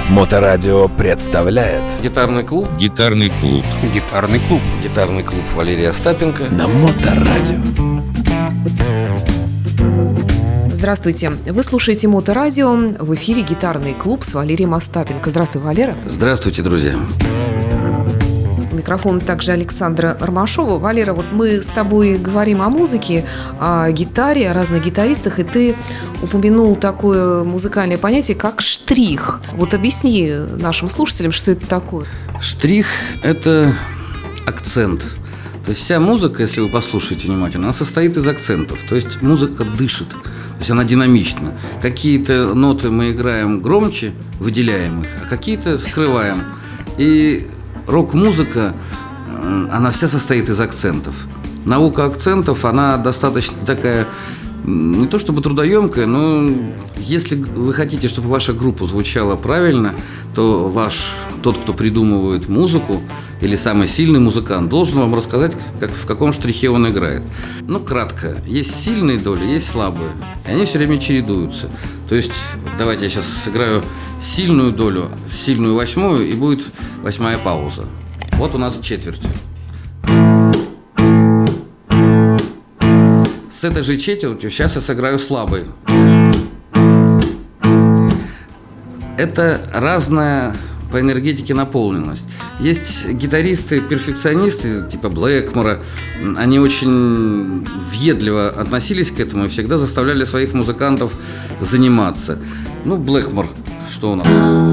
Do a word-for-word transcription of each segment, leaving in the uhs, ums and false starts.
Моторадио представляет Гитарный клуб. Гитарный клуб. Гитарный клуб. Гитарный клуб Валерия Остапенко на Моторадио. Здравствуйте, вы слушаете Моторадио, в эфире «Гитарный клуб» с Валерием Остапенко. Здравствуй, Валера. Здравствуйте, друзья. Микрофон также Александра Ромашова. Валера, вот мы с тобой говорим о музыке, о гитаре, о разных гитаристах, и ты упомянул такое музыкальное понятие, как штрих. Вот объясни нашим слушателям, что это такое. Штрих – это акцент. То есть вся музыка, если вы послушаете внимательно, она состоит из акцентов. То есть музыка дышит, то есть она динамична. Какие-то ноты мы играем громче, выделяем их, а какие-то скрываем. И рок-музыка, она вся состоит из акцентов. Наука акцентов, она достаточно такая, не то чтобы трудоемкая, но если вы хотите, чтобы ваша группа звучала правильно, то ваш, тот, кто придумывает музыку, или самый сильный музыкант, должен вам рассказать, как, в каком штрихе он играет. Ну, кратко. Есть сильные доли, есть слабые. И они все время чередуются. То есть, давайте я сейчас сыграю сильную долю, сильную восьмую, и будет восьмая пауза. Вот у нас четверть. С этой же четвертью сейчас я сыграю слабый. Это разная по энергетике наполненность. Есть гитаристы-перфекционисты, типа Блэкмора, они очень въедливо относились к этому и всегда заставляли своих музыкантов заниматься. Ну, Блэкмор, что у нас?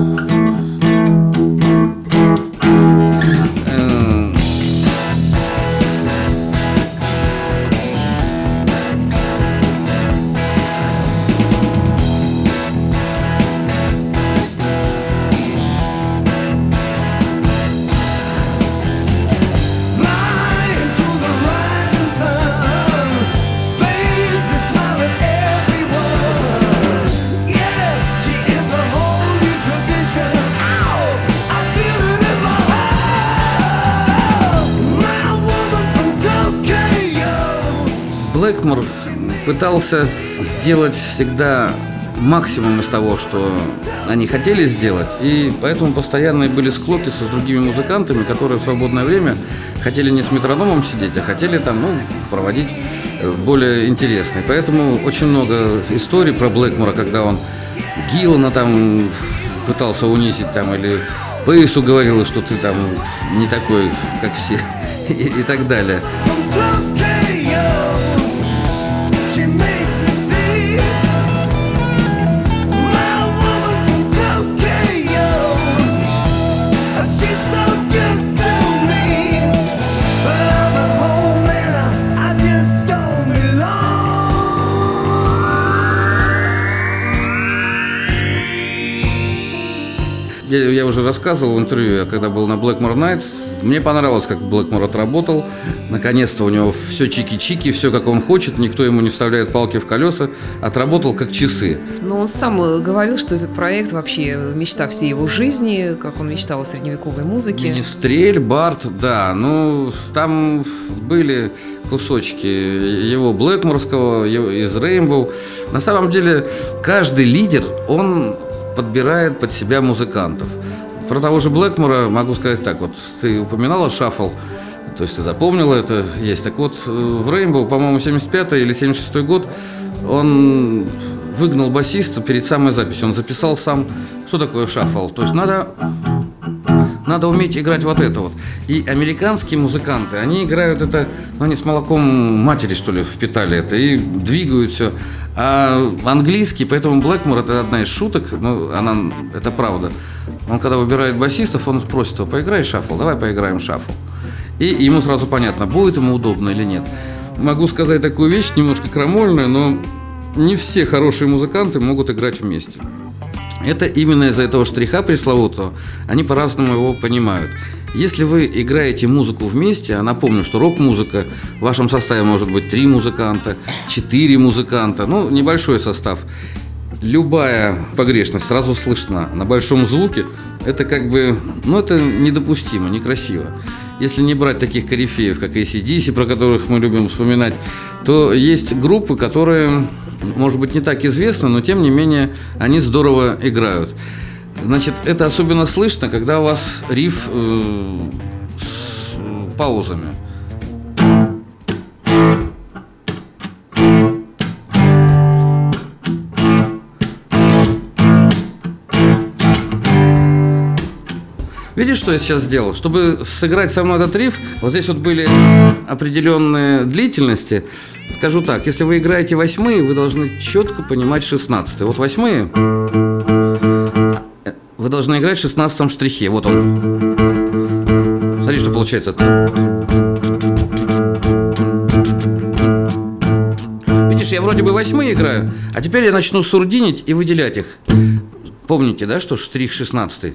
Блэкмор пытался сделать всегда максимум из того, что они хотели сделать, и поэтому постоянно были склоки с другими музыкантами, которые в свободное время хотели не с метрономом сидеть, а хотели там, ну, проводить более интересные. Поэтому очень много историй про Блэкмора, когда он Гиллана там пытался унизить, там, или Пейсу говорил, что ты там не такой, как все, и, и так далее. Я, я уже рассказывал в интервью, я когда был на Blackmore Night, мне понравилось, как Блэкмор отработал. Наконец-то у него все чики-чики, все как он хочет, никто ему не вставляет палки в колеса. Отработал как часы. Но он сам говорил, что этот проект вообще мечта всей его жизни, как он мечтал о средневековой музыке. Министрель, Барт, да, ну там были кусочки его блэкморского, из Rainbow. На самом деле каждый лидер, он подбирает под себя музыкантов. Про того же Блэкмора могу сказать так. Вот ты упоминала шаффл, то есть ты запомнила это, есть. Так вот, в Rainbow, по-моему, семьдесят пятый или семьдесят шестой год, он выгнал басиста перед самой записью. Он записал сам, что такое шаффл. То есть надо, надо уметь играть вот это вот. И американские музыканты, они играют это, ну, они с молоком матери, что ли, впитали это и двигают все. А английский, поэтому Блэкмор — это одна из шуток, ну, она, это правда. Он когда выбирает басистов, он просит его: поиграй шаффл, давай поиграем шаффл. И ему сразу понятно, будет ему удобно или нет. Могу сказать такую вещь, немножко крамольную, но не все хорошие музыканты могут играть вместе. Это именно из-за этого штриха пресловутого, они по-разному его понимают. Если вы играете музыку вместе, а напомню, что рок-музыка, в вашем составе может быть три музыканта, четыре музыканта, ну, небольшой состав. Любая погрешность сразу слышна на большом звуке. Это как бы, ну, это недопустимо, некрасиво. Если не брать таких корифеев, как эй си/ди си, про которых мы любим вспоминать, то есть группы, которые, может быть, не так известны, но тем не менее они здорово играют. Значит, это особенно слышно, когда у вас риф э, с э, паузами. Видишь, что я сейчас сделал? Чтобы сыграть со мной этот риф, вот здесь вот были определенные длительности. Скажу так, если вы играете восьмые, вы должны четко понимать шестнадцатые. Вот восьмые вы должны играть в шестнадцатом штрихе. Вот он. Смотри, что получается. Видишь, я вроде бы восьмые играю, а теперь я начну сурдинить и выделять их. Помните, да, что штрих шестнадцатый?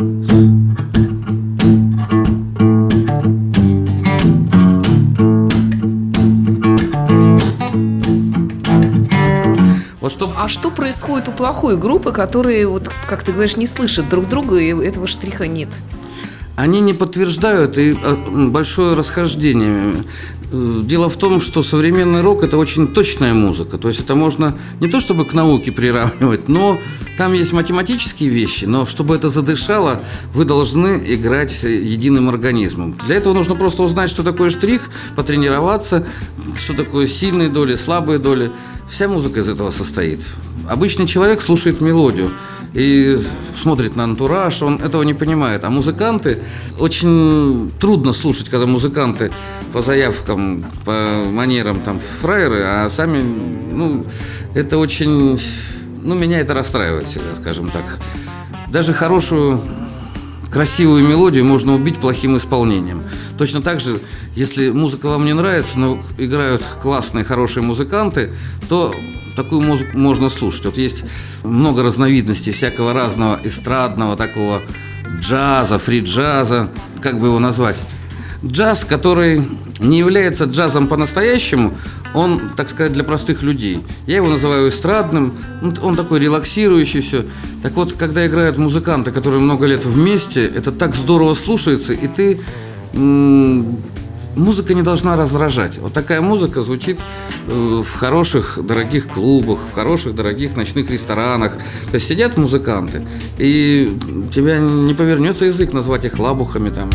Вот что... А что происходит у плохой группы, которые, вот, как ты говоришь, не слышат друг друга, и этого штриха нет? Они не подтверждают, и большое расхождение. Дело в том, что современный рок – это очень точная музыка. То есть это можно не то чтобы к науке приравнивать, но там есть математические вещи, но чтобы это задышало, вы должны играть единым организмом. Для этого нужно просто узнать, что такое штрих, потренироваться, что такое сильные доли, слабые доли. Вся музыка из этого состоит. Обычный человек слушает мелодию и смотрит на антураж, он этого не понимает. А музыканты, очень трудно слушать, когда музыканты по заявкам, по манерам там фраеры, а сами, ну, это очень, ну, меня это расстраивает всегда, скажем так. Даже хорошую, красивую мелодию можно убить плохим исполнением. Точно так же, если музыка вам не нравится, но играют классные, хорошие музыканты, то такую музыку можно слушать. Вот есть много разновидностей всякого разного эстрадного такого джаза, фри-джаза, как бы его назвать. Джаз, который не является джазом по-настоящему, он, так сказать, для простых людей. Я его называю эстрадным, он такой релаксирующий, все. Так вот, когда играют музыканты, которые много лет вместе, это так здорово слушается, и ты... М- Музыка не должна раздражать. Вот такая музыка звучит в хороших, дорогих клубах, в хороших, дорогих ночных ресторанах. То есть сидят музыканты, и тебя не повернется язык назвать их лабухами там.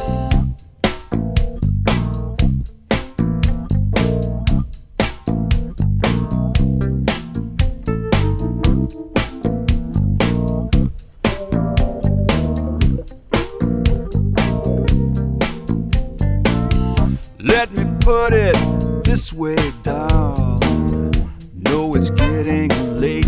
Let me put it this way, darling. No, it's getting late.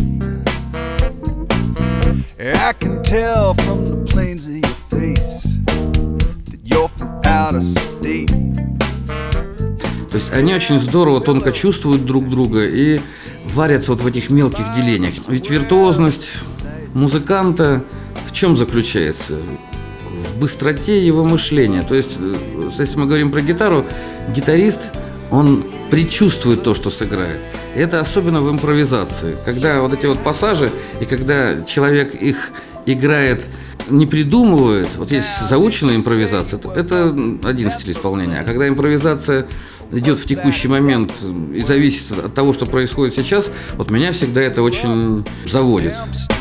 I can tell from the planes of your face that you're from out of state. То есть они очень здорово, тонко чувствуют друг друга и варятся вот в этих мелких делениях. Ведь виртуозность музыканта в чем заключается? В быстроте его мышления. То есть, если мы говорим про гитару, гитарист, он предчувствует то, что сыграет. И это особенно в импровизации. Когда вот эти вот пассажи, и когда человек их играет, не придумывает, вот есть заученная импровизация, это один стиль исполнения. А когда импровизация идет в текущий момент и зависит от того, что происходит сейчас, вот меня всегда это очень заводит.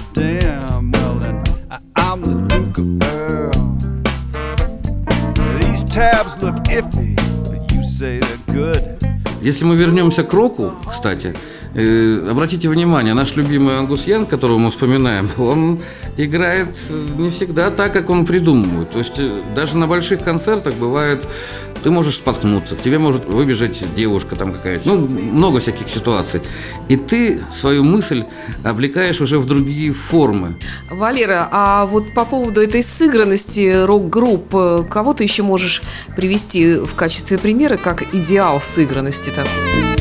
Если мы вернемся к року, кстати, э, обратите внимание, наш любимый Ангус Янг, которого мы вспоминаем, он играет не всегда так, как он придумывает. То есть э, даже на больших концертах бывает, ты можешь споткнуться, к тебе может выбежать девушка там какая-то, ну, много всяких ситуаций. И ты свою мысль облекаешь уже в другие формы. Валера, а вот по поводу этой сыгранности рок-групп, кого ты еще можешь привести в качестве примера как идеал сыгранности такой?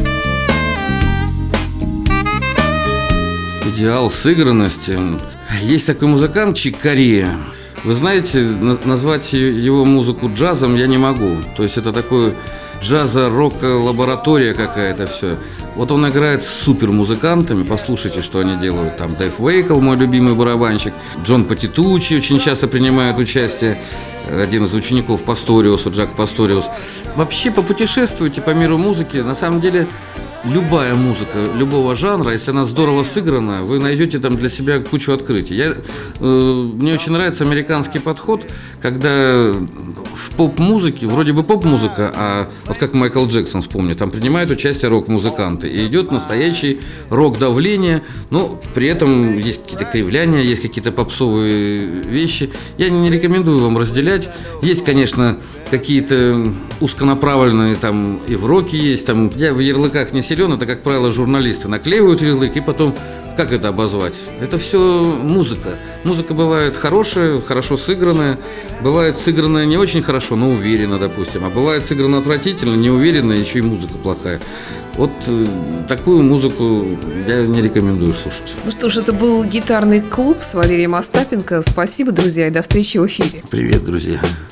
Идеал сыгранности. Есть такой музыкант Чик Корея. Вы знаете, назвать его музыку джазом я не могу. То есть это такой джаза-рока-лаборатория какая-то все. Вот он играет с супермузыкантами. Послушайте, что они делают. Там Дэйв Вейкл, мой любимый барабанщик. Джон Патитучи очень часто принимает участие. Один из учеников Пасториуса, Джак Пасториус. Вообще попутешествуйте по миру музыки. На самом деле любая музыка, любого жанра, если она здорово сыграна, вы найдете там для себя кучу открытий. Я, э, мне очень нравится американский подход, когда в поп-музыке, вроде бы поп-музыка, а вот как Майкл Джексон, вспомню, там принимают участие рок-музыканты, и идет настоящий рок-давление, но при этом есть какие-то кривляния, есть какие-то попсовые вещи. Я не рекомендую вам разделять. Есть, конечно, какие-то узконаправленные там и в роке есть, там, я в ярлыках не силен, это, как правило, журналисты наклеивают ярлык и потом, как это обозвать? Это все музыка. Музыка бывает хорошая, хорошо сыгранная, бывает сыгранная не очень хорошо, но уверенно, допустим, а бывает сыграна отвратительно, неуверенно, еще и музыка плохая. Вот э, такую музыку я не рекомендую слушать. Ну что ж, это был гитарный клуб с Валерием Остапенко. Спасибо, друзья, и до встречи в эфире. Привет, друзья.